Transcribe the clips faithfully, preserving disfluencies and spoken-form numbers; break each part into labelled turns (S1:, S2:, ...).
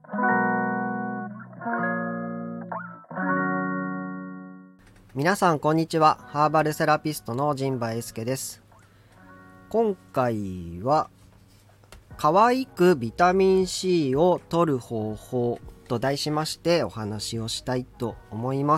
S1: 皆さんこんにちは。ハーバルセラピストの陣馬英介です。今回は可愛くビタミン C を摂る方法と題しましてお話をしたいと思います。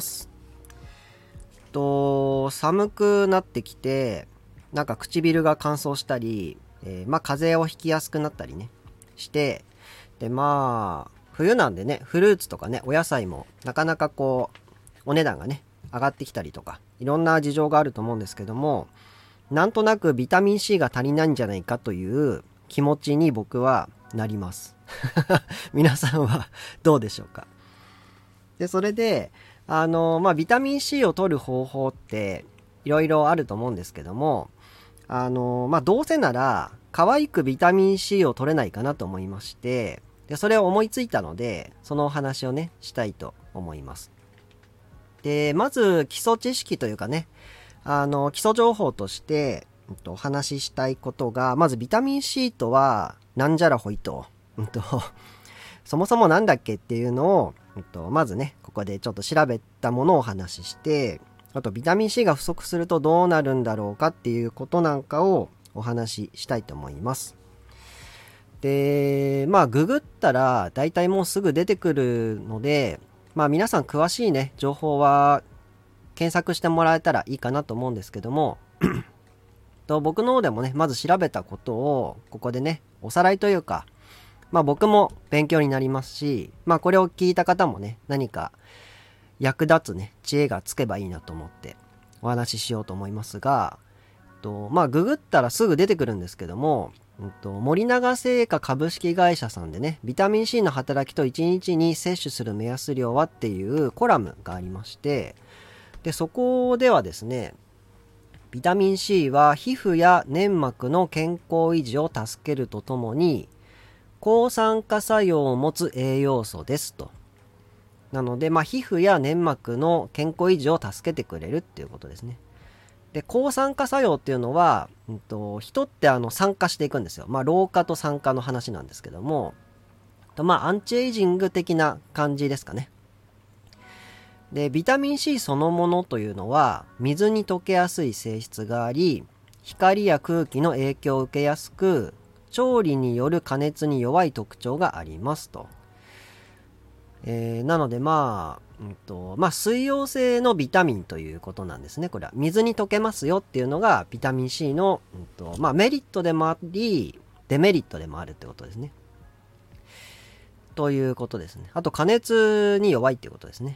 S1: と寒くなってきて、なんか唇が乾燥したり、えー、まあ風邪をひきやすくなったりねして、でまあ冬なんでね、フルーツとかね、お野菜もなかなかこうお値段がね上がってきたりとか、いろんな事情があると思うんですけども、なんとなくビタミン C が足りないんじゃないかという気持ちに僕はなります皆さんはどうでしょうか。でそれであのまあビタミン C を取る方法っていろいろあると思うんですけども、あのまあどうせなら可愛くビタミン C を取れないかなと思いまして、でそれを思いついたのでそのお話をねしたいと思います。でまず基礎知識というかね、あの基礎情報として、うん、とお話ししたいことが、まずビタミン C とはなんじゃらほいと、うん、とそもそもなんだっけっていうのを、うん、とまずねここでちょっと調べたものをお話しして、あとビタミン C が不足するとどうなるんだろうかっていうことなんかをお話ししたいと思います。でまあググったらだいたいもうすぐ出てくるので、まあ皆さん詳しいね情報は検索してもらえたらいいかなと思うんですけどもと僕の方でもねまず調べたことをここでねおさらいというか、まあ僕も勉強になりますし、まあこれを聞いた方もね何か役立つね知恵がつけばいいなと思ってお話ししようと思いますが、とまあググったらすぐ出てくるんですけども、うんと森永製菓株式会社さんでね、ビタミン C の働きといちにちに摂取する目安量はっていうコラムがありまして、でそこではですね、ビタミン C は皮膚や粘膜の健康維持を助けるとともに抗酸化作用を持つ栄養素ですと。なので、まあ、皮膚や粘膜の健康維持を助けてくれるっていうことですね。で抗酸化作用っていうのは、うん、と人ってあの酸化していくんですよ。まあ老化と酸化の話なんですけども、とまあアンチエイジング的な感じですかね。でビタミン C そのものというのは水に溶けやすい性質があり、光や空気の影響を受けやすく、調理による加熱に弱い特徴がありますと。えー、なのでまあうんとまあ、水溶性のビタミンということなんですね。これは水に溶けますよっていうのがビタミン C の、うんとまあ、メリットでもありデメリットでもあるってことですね。ということですね。あと加熱に弱いっていうことですね。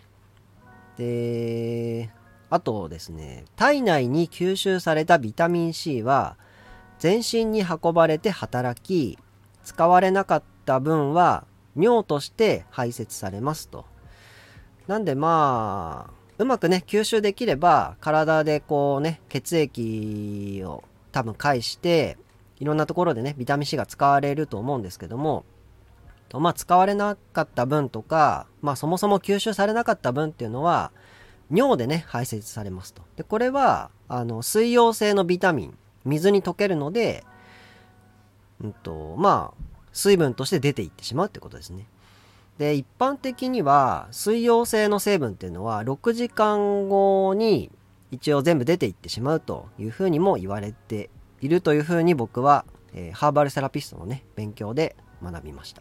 S1: であとですね、体内に吸収されたビタミン C は全身に運ばれて働き、使われなかった分は尿として排泄されますと。なんでまあうまくね吸収できれば体でこうね血液を多分介していろんなところでねビタミン C が使われると思うんですけども、とまあ使われなかった分とか、まあそもそも吸収されなかった分っていうのは尿でね排泄されますと。でこれはあの水溶性のビタミン、水に溶けるので、うんとまあ水分として出ていってしまうってことですね。で一般的には水溶性の成分っていうのはろくじかんごに一応全部出ていってしまうというふうにも言われているというふうに僕は、えー、ハーバルセラピストのね勉強で学びました。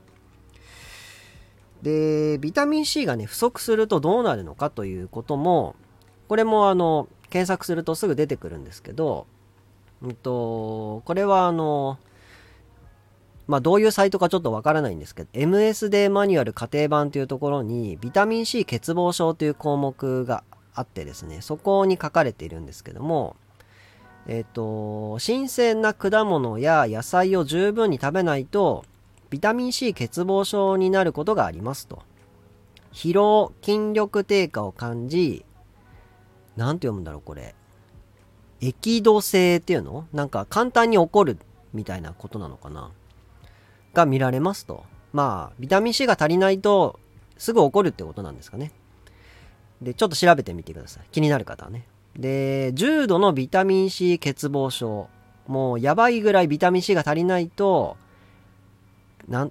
S1: でビタミン C がね不足するとどうなるのかということも、これもあの検索するとすぐ出てくるんですけど、うんとこれはあのまあどういうサイトかちょっとわからないんですけど、 エムエスディー マニュアル家庭版というところにビタミン C 欠乏症という項目があってですね、そこに書かれているんですけども、えっと新鮮な果物や野菜を十分に食べないとビタミン C 欠乏症になることがありますと。疲労、筋力低下を感じ、なんて読むんだろうこれ、激怒性っていうのなんか簡単に怒るみたいなことなのかなが見られますと。まあビタミン C が足りないとすぐ怒るってことなんですかね。でちょっと調べてみてください、気になる方はね。で重度のビタミン C 欠乏症、もうやばいぐらいビタミン C が足りないとなん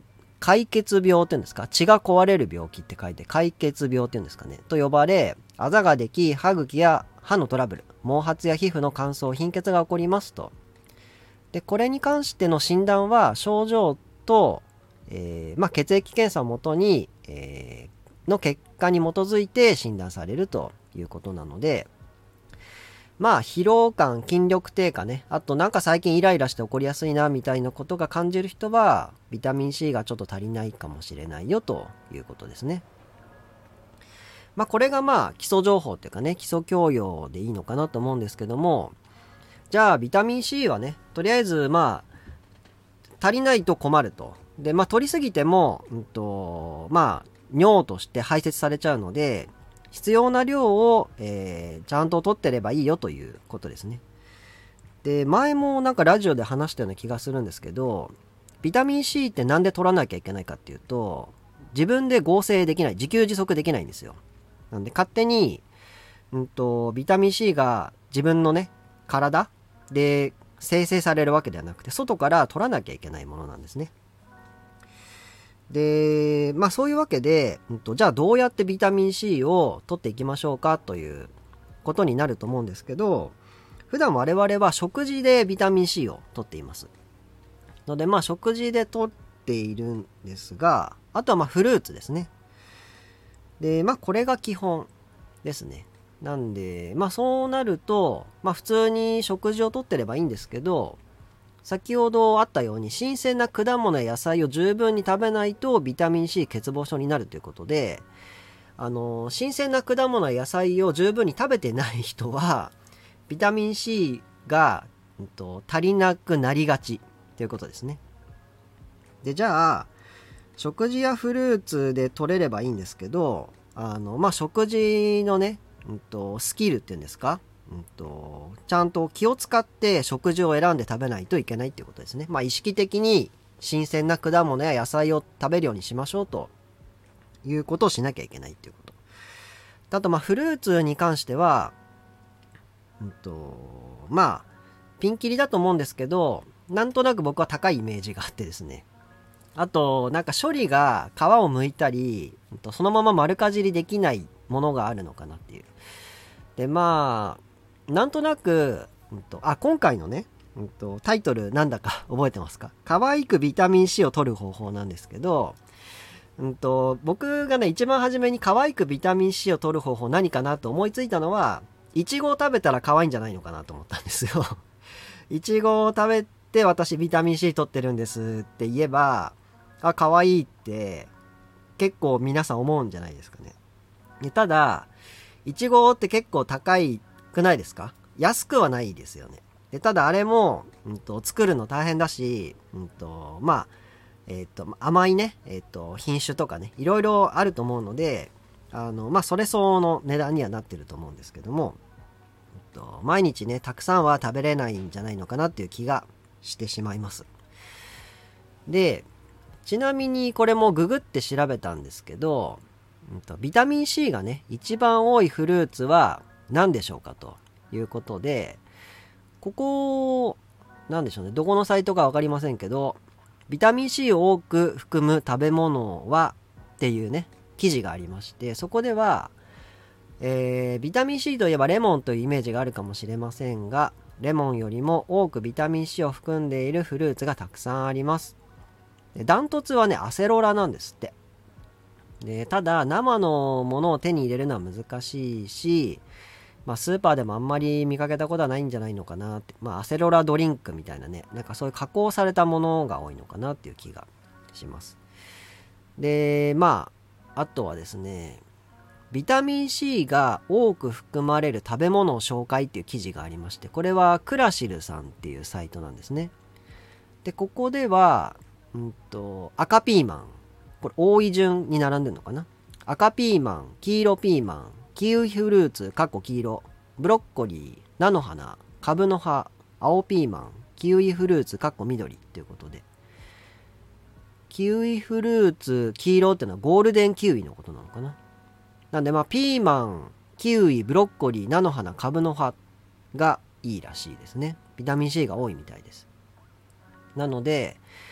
S1: 解血病っていうんですか、血が壊れる病気って書いて解血病っていうんですかね、と呼ばれ、あざができ、歯茎や歯のトラブル、毛髪や皮膚の乾燥、貧血が起こりますと。で、これに関しての診断は、症状と、えーまあ、血液検査をもとに、えーの結果に基づいて診断されるということなので、まあ疲労感、筋力低下ね、あとなんか最近イライラして起こりやすいなみたいなことが感じる人はビタミン C がちょっと足りないかもしれないよということですね。まあこれがまあ基礎情報っていうかね、基礎教養でいいのかなと思うんですけども、じゃあビタミン C はね、とりあえずまあ足りないと困ると。で、まあ取りすぎても、うんと、まあ尿として排泄されちゃうので、必要な量を、えー、ちゃんと取ってればいいよということですね。で、前もなんかラジオで話したような気がするんですけど、ビタミン C ってなんで取らなきゃいけないかっていうと、自分で合成できない、自給自足できないんですよ。なんで勝手に、うんと、ビタミン C が自分のね、体で生成されるわけではなくて、外から取らなきゃいけないものなんですね。で、まあそういうわけで、うんと、じゃあどうやってビタミン C を取っていきましょうかということになると思うんですけど、普段我々は食事でビタミン C を取っています。のでまあ食事で取っているんですが、あとはまあフルーツですね。で、まあこれが基本ですね。なんで、まあそうなると、まあ普通に食事を取ってればいいんですけど、先ほどあったように新鮮な果物や野菜を十分に食べないとビタミン C 欠乏症になるということで、あの新鮮な果物や野菜を十分に食べてない人はビタミン C が、うんと、足りなくなりがちということですね。で、じゃあ食事やフルーツで取れればいいんですけど、あのまあ食事のね、うんと、スキルっていうんですか、うんと、ちゃんと気を使って食事を選んで食べないといけないっていうことですね。まあ意識的に新鮮な果物や野菜を食べるようにしましょうということをしなきゃいけないっていうこと。あとまあフルーツに関しては、うんと、まあピンキリだと思うんですけど、なんとなく僕は高いイメージがあってですね。あとなんか処理が皮を剥いたり、そのまま丸かじりできないものがあるのかなっていう。でまあなんとなく、うんと、あ、今回のね、うんと、タイトルなんだか覚えてますか？可愛くビタミン C を取る方法なんですけど、うんと、僕がね、一番初めに可愛くビタミン C を取る方法何かなと思いついたのは、イチゴを食べたら可愛いんじゃないのかなと思ったんですよ。イチゴを食べて私ビタミン C 取ってるんですって言えば、あ、可愛いって結構皆さん思うんじゃないですかね。でただ、イチゴって結構高いくないですか？安くはないですよね。でただあれも、うんと、作るの大変だし、うんと、まあ、えっと、甘いね、えっと、品種とかね、いろいろあると思うので、あの、まあ、それ相応の値段にはなってると思うんですけども、えっと、毎日ね、たくさんは食べれないんじゃないのかなっていう気がしてしまいます。で、ちなみにこれもググって調べたんですけど、うんと、ビタミン C がね、一番多いフルーツは何でしょうかということで、ここ、なんでしょうね、どこのサイトかわかりませんけど、ビタミン C を多く含む食べ物はっていうね、記事がありまして、そこでは、えー、ビタミン C といえばレモンというイメージがあるかもしれませんが、レモンよりも多くビタミン C を含んでいるフルーツがたくさんあります。ダントツはね、アセロラなんですって。でただ生のものを手に入れるのは難しいし、まあ、スーパーでもあんまり見かけたことはないんじゃないのかなって、まあ、アセロラドリンクみたいなね、なんかそういう加工されたものが多いのかなっていう気がします。でまああとはですね、ビタミン C が多く含まれる食べ物を紹介っていう記事がありまして、これはクラシルさんっていうサイトなんですね。でここでは、うんと、赤ピーマン、これ多い順に並んでるのかな。赤ピーマン、黄色ピーマン、キウイフルーツ、かっこ黄色、ブロッコリー、菜の花、カブの葉、青ピーマン、キウイフルーツ、かっこ緑ということで、キウイフルーツ、黄色っていうのはゴールデンキウイのことなのかな。なんでまあピーマン、キウイ、ブロッコリー、菜の花、カブの葉がいいらしいですね。ビタミン C が多いみたいです。なので、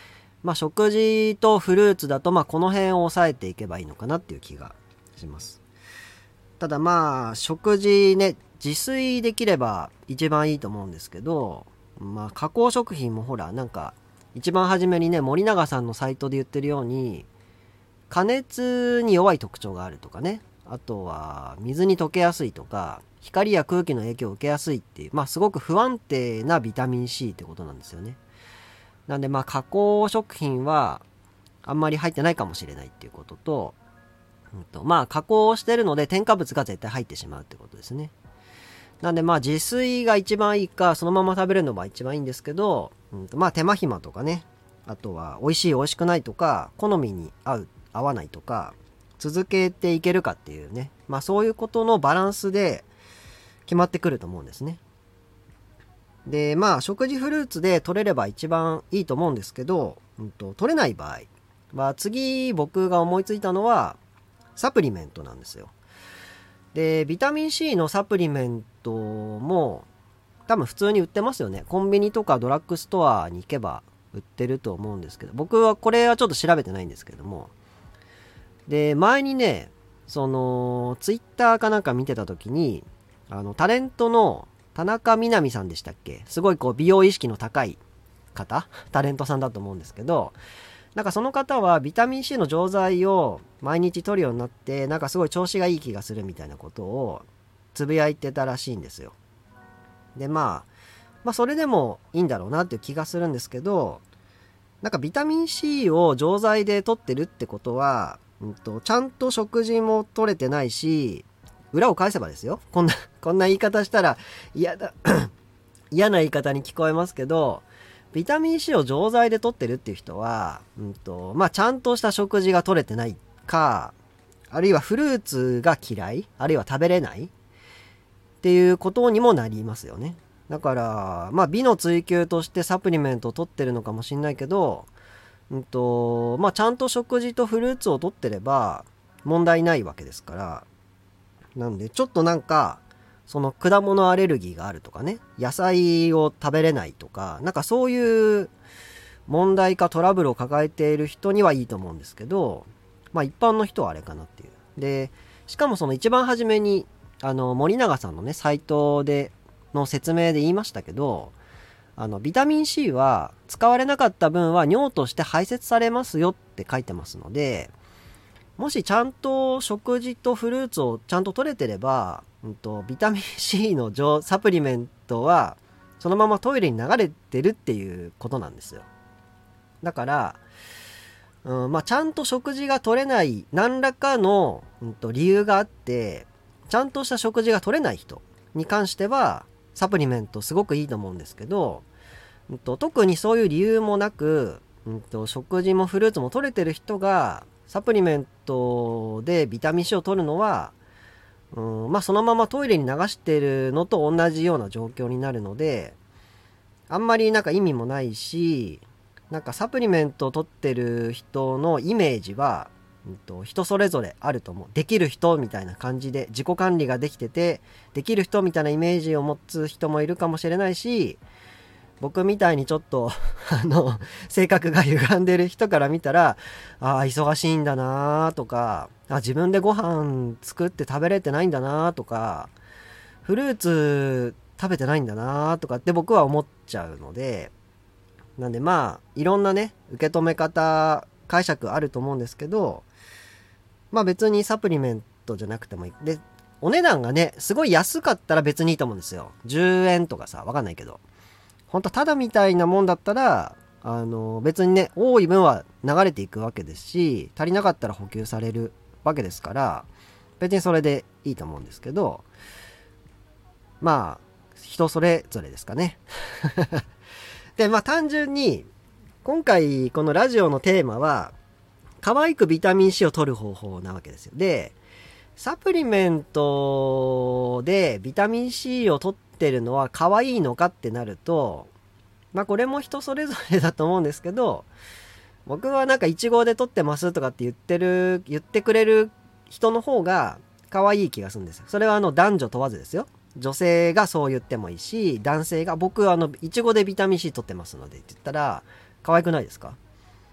S1: まあ食事とフルーツだとまあこの辺を抑えていけばいいのかなっていう気がします。ただまあ食事ね、自炊できれば一番いいと思うんですけど、まあ加工食品もほらなんか一番初めにね、森永さんのサイトで言ってるように加熱に弱い特徴があるとかね、あとは水に溶けやすいとか光や空気の影響を受けやすいっていう、まあすごく不安定なビタミン C ってことなんですよね。なんでまあ加工食品はあんまり入ってないかもしれないっていうことと、うんと、まあ加工してるので添加物が絶対入ってしまうってことですね。なんでまあ自炊が一番いいか、そのまま食べるのが一番いいんですけど、うんと、まあ手間暇とかね、あとは美味しい美味しくないとか、好みに合う合わないとか、続けていけるかっていうね、まあそういうことのバランスで決まってくると思うんですね。でまあ食事フルーツで取れれば一番いいと思うんですけど、うんと、取れない場合は次僕が思いついたのはサプリメントなんですよ。でビタミン C のサプリメントも多分普通に売ってますよね。コンビニとかドラッグストアに行けば売ってると思うんですけど、僕はこれはちょっと調べてないんですけども、で前にね、そのツイッターかなんか見てた時に、あのタレントの田中みな実さんでしたっけ、すごいこう美容意識の高い方、タレントさんだと思うんですけど、なんかその方はビタミン C の錠剤を毎日取るようになって、なんかすごい調子がいい気がするみたいなことをつぶやいてたらしいんですよ。でまあまあそれでもいいんだろうなっていう気がするんですけど、なんかビタミン C を錠剤で取ってるってことは、うんと、ちゃんと食事も取れてないし、裏を返せばですよ、こんなこんな言い方したら嫌だ嫌な言い方に聞こえますけど、ビタミン C を錠剤で取ってるっていう人は、うんとまあ、ちゃんとした食事が取れてないか、あるいはフルーツが嫌い、あるいは食べれないっていうことにもなりますよね。だからまあ美の追求としてサプリメントを取ってるのかもしれないけど、うんとまあ、ちゃんと食事とフルーツを取ってれば問題ないわけですから、なんでちょっとなんかその果物アレルギーがあるとかね、野菜を食べれないとか、なんかそういう問題かトラブルを抱えている人にはいいと思うんですけど、まあ一般の人はあれかなっていう。でしかもその一番初めにあの森永さんのねサイトでの説明で言いましたけど、あのビタミン C は使われなかった分は尿として排泄されますよって書いてますので、もしちゃんと食事とフルーツをちゃんと取れてれば、うんと、ビタミン C のサプリメントはそのままトイレに流れてるっていうことなんですよ。だから、うん、まあちゃんと食事が取れない何らかの、うんと、理由があってちゃんとした食事が取れない人に関してはサプリメントすごくいいと思うんですけど、うんと、特にそういう理由もなく、うんと、食事もフルーツも取れてる人がサプリメントでビタミン C を取るのは、うん、まあそのままトイレに流してるのと同じような状況になるので、あんまりなんか意味もないし、なんかサプリメントを取ってる人のイメージは、うんと、人それぞれあると思う。できる人みたいな感じで自己管理ができててできる人みたいなイメージを持つ人もいるかもしれないし、僕みたいにちょっとあの性格が歪んでる人から見たら、ああ忙しいんだなとか、あ自分でご飯作って食べれてないんだなとか、フルーツ食べてないんだなとかって僕は思っちゃうので、なんでまあいろんなね受け止め方解釈あると思うんですけど、まあ別にサプリメントじゃなくてもいい。でお値段がねすごい安かったら別にいいと思うんですよ。じゅうえんとかさ、わかんないけど、本当ただみたいなもんだったら、あの別にね多い分は流れていくわけですし、足りなかったら補給されるわけですから、別にそれでいいと思うんですけど、まあ人それぞれですかねでまあ単純に今回このラジオのテーマは可愛くビタミン C を取る方法なわけですよ。でサプリメントでビタミン C を取ってるのは可愛いのかってなると、まあこれも人それぞれだと思うんですけど、僕はなんかいちごで取ってますとかって言ってる言ってくれる人の方が可愛い気がするんですよ。それはあの男女問わずですよ。女性がそう言ってもいいし、男性が僕はあのいちごでビタミン C 取ってますのでって言ったら可愛くないですか？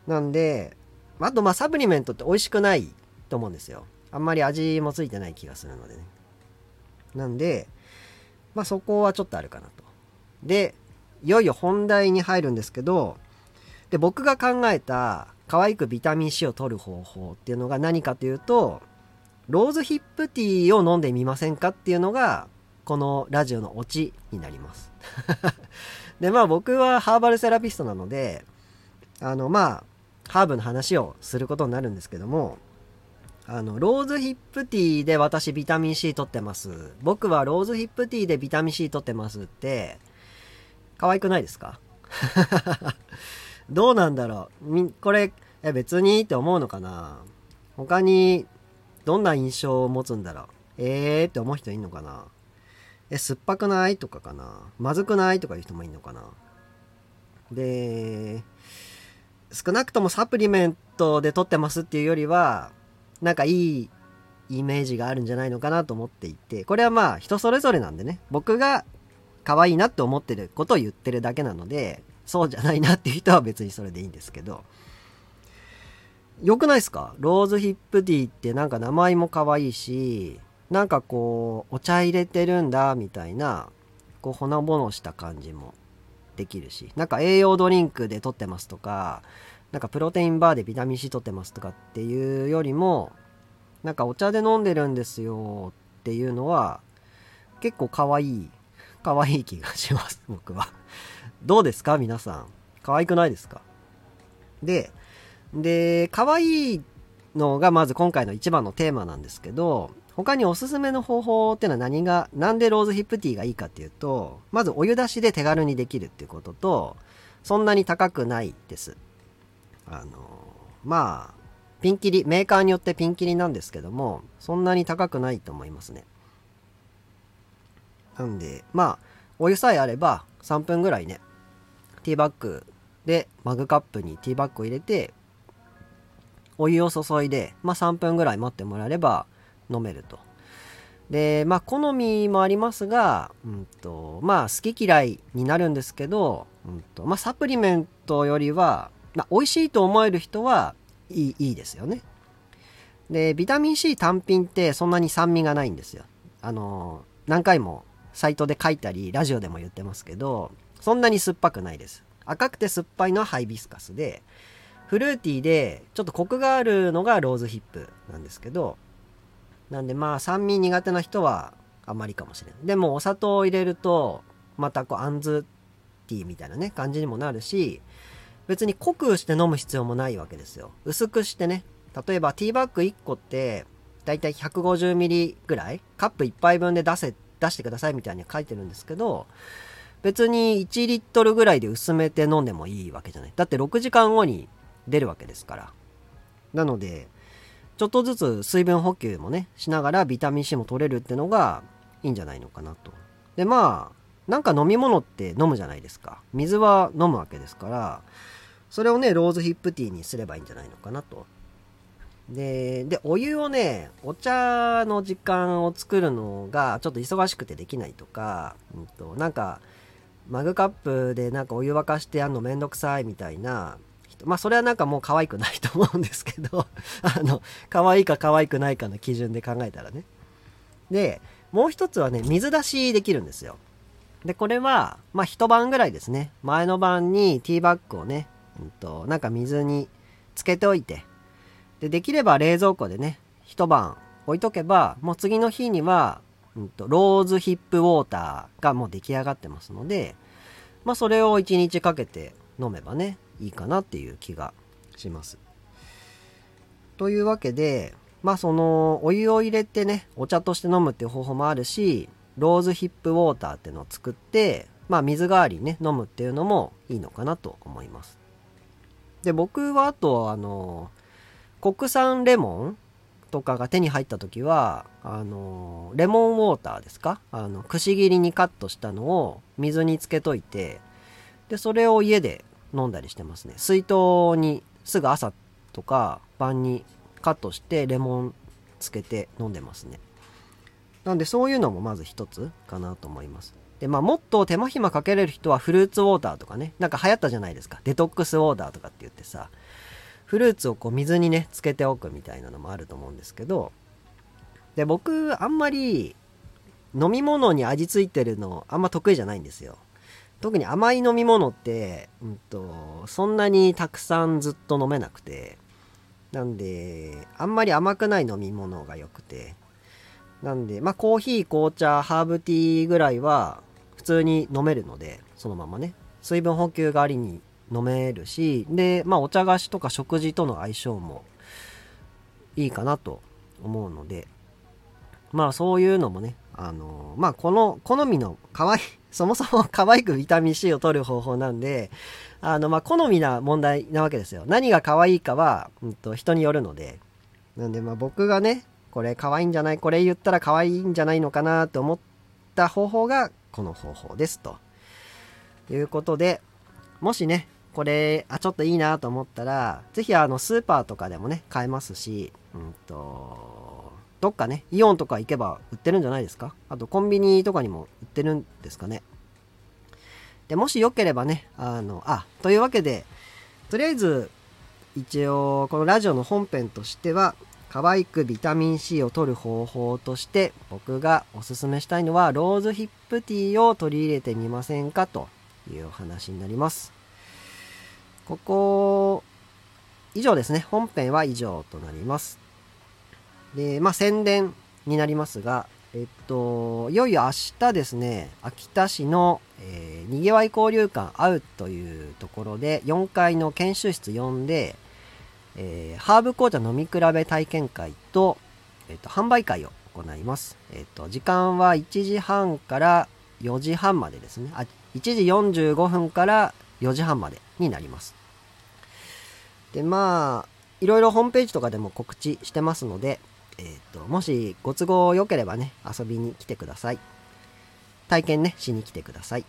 S1: なんで、あとまあサプリメントって美味しくないと思うんですよ。あんまり味もついてない気がするのでね。なんで、まあそこはちょっとあるかなと。で、いよいよ本題に入るんですけど、で、僕が考えた可愛くビタミン C を取る方法っていうのが何かというと、ローズヒップティーを飲んでみませんかっていうのが、このラジオのオチになります。で、まあ僕はハーバルセラピストなので、あのまあ、ハーブの話をすることになるんですけども、あの、ローズヒップティーで私ビタミン C 取ってます。僕はローズヒップティーでビタミン C 取ってますって、可愛くないですか？どうなんだろう。み、これ、え、別にって思うのかな？他に、どんな印象を持つんだろう。えーって思う人いんのかな？え、酸っぱくないとかかな？まずくないとかいう人もいんのかな？で、少なくともサプリメントで取ってますっていうよりは、なんかいいイメージがあるんじゃないのかなと思っていて、これはまあ人それぞれなんでね、僕が可愛いなって思ってることを言ってるだけなので、そうじゃないなっていう人は別にそれでいいんですけど、よくないですか？ローズヒップティーってなんか名前も可愛いし、なんかこうお茶入れてるんだみたいな、こうほのぼのした感じもできるし、なんか栄養ドリンクで取ってますとか、なんかプロテインバーでビタミン C 取ってますとかっていうよりも、なんかお茶で飲んでるんですよっていうのは結構可愛い可愛い気がします。僕は。どうですか皆さん？可愛くないですか？でで可愛いのがまず今回の一番のテーマなんですけど、他におすすめの方法っていうのは何が、なんでローズヒップティーがいいかっていうと、まずお湯出しで手軽にできるっていうことと、そんなに高くないです。あのまあピンキリ、メーカーによってピンキリなんですけども、そんなに高くないと思いますね。なんでまあお湯さえあればさんぷんぐらいね、ティーバッグでマグカップにティーバッグを入れてお湯を注いで、まあさんぷんぐらい待ってもらえれば飲めると。でまあ好みもありますが、うんとまあ好き嫌いになるんですけど、うんとまあサプリメントよりは、まあ、美味しいと思える人はいい、いいですよね。でビタミン C 単品ってそんなに酸味がないんですよ。あの何回もサイトで書いたりラジオでも言ってますけど、そんなに酸っぱくないです。赤くて酸っぱいのはハイビスカスで、フルーティーでちょっとコクがあるのがローズヒップなんですけど、なんでまあ酸味苦手な人はあんまりかもしれない。でもお砂糖を入れるとまたこうあんずティーみたいなね感じにもなるし、別に濃くして飲む必要もないわけですよ。薄くしてね、例えばティーバッグいっこってだいたい ひゃくごじゅうミリ ぐらい、カップいっぱいぶんで出せ出してくださいみたいに書いてるんですけど、別にいちリットルぐらいで薄めて飲んでもいいわけじゃない。だってろくじかんごに出るわけですから。なのでちょっとずつ水分補給もねしながらビタミン C も取れるってのがいいんじゃないのかなと。でまあなんか飲み物って飲むじゃないですか。水は飲むわけですから、それをねローズヒップティーにすればいいんじゃないのかなと。ででお湯をね、お茶の時間を作るのがちょっと忙しくてできないとか、うんとなんかマグカップでなんかお湯沸かしてやるのめんどくさいみたいな、まあそれはなんかもう可愛くないと思うんですけどあの可愛いか可愛くないかの基準で考えたらね。でもう一つはね、水出しできるんですよ。でこれはまあ一晩ぐらいですね、前の晩にティーバッグをね、うんとなんか水につけておいて、でできれば冷蔵庫でね一晩置いとけば、もう次の日には、うんとローズヒップウォーターがもう出来上がってますので、まあそれをいちにちかけて飲めばねいいかなっていう気がします。というわけで、まあそのお湯を入れてねお茶として飲むっていう方法もあるし、ローズヒップウォーターっていうのを作ってまあ水代わりにね飲むっていうのもいいのかなと思います。で僕はあとあの国産レモンとかが手に入った時はあのレモンウォーターですか、あのくし切りにカットしたのを水につけといて、でそれを家で飲んだりしてますね。水筒にすぐ朝とか晩にカットしてレモンつけて飲んでますね。なんでそういうのもまず一つかなと思います。でまあもっと手間暇かけれる人はフルーツウォーターとかね、なんか流行ったじゃないですか、デトックスウォーターとかって言ってさ、 フルーツをこう水にねつけておくみたいなのもあると思うんですけど、で僕あんまり飲み物に味ついてるのあんま得意じゃないんですよ。特に甘い飲み物って、うんと、そんなにたくさんずっと飲めなくて、なんであんまり甘くない飲み物が良くて、なんでまあコーヒー、紅茶、ハーブティーぐらいは普通に飲めるので、そのままね水分補給代わりに飲めるし、でまあお茶菓子とか食事との相性もいいかなと思うので、まあそういうのもね、あのーまあこの好みの可愛いそもそも可愛くビタミン C を取る方法なんで、あのまあ好みな問題なわけですよ。何が可愛いかは、うん、と人によるので、なんでまあ僕がねこれ可愛いんじゃない、これ言ったら可愛いんじゃないのかなと思った方法がこの方法ですということで、もしねこれあちょっといいなと思ったら、ぜひあのスーパーとかでもね買えますし、うんとどっかねイオンとか行けば売ってるんじゃないですか。あとコンビニとかにも売ってるんですかね。でもしよければね、あのあというわけで、とりあえず一応このラジオの本編としては、可愛くビタミン C を取る方法として僕がおすすめしたいのはローズヒップティーを取り入れてみませんかというお話になります。ここ以上ですね。本編は以上となります。でまあ宣伝になりますが、えっといよいよ明日ですね、秋田市の、えー、にぎわい交流館会うというところでよんかいの研修室よんで、えー、ハーブ紅茶飲み比べ体験会と、えー、と販売会を行います。えー、と時間はいちじはんからよじはんまでですね。あいちじよんじゅうごふんからよじはんまでになります。でまあいろいろホームページとかでも告知してますので、えー、ともしご都合良ければね遊びに来てください。体験ねしに来てください。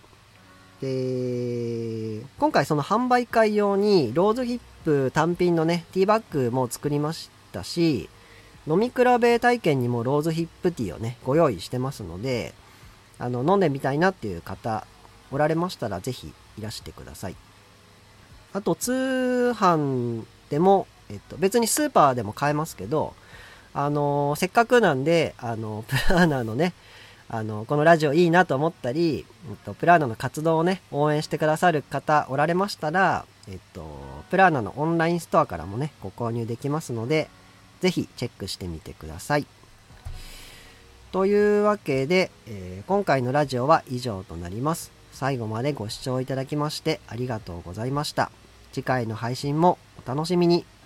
S1: で今回その販売会用にローズヒップ単品のねティーバッグも作りましたし、飲み比べ体験にもローズヒップティーをねご用意してますので、あの飲んでみたいなっていう方おられましたらぜひいらしてください。あと通販でも、えっと、別にスーパーでも買えますけど、あのーせっかくなんで、あのプラーナーのね、あのこのラジオいいなと思ったり、えっと、プラーナの活動をね応援してくださる方おられましたら、えっと、プラーナのオンラインストアからもねご購入できますので、ぜひチェックしてみてください。というわけで、えー、今回のラジオは以上となります。最後までご視聴いただきましてありがとうございました。次回の配信もお楽しみに。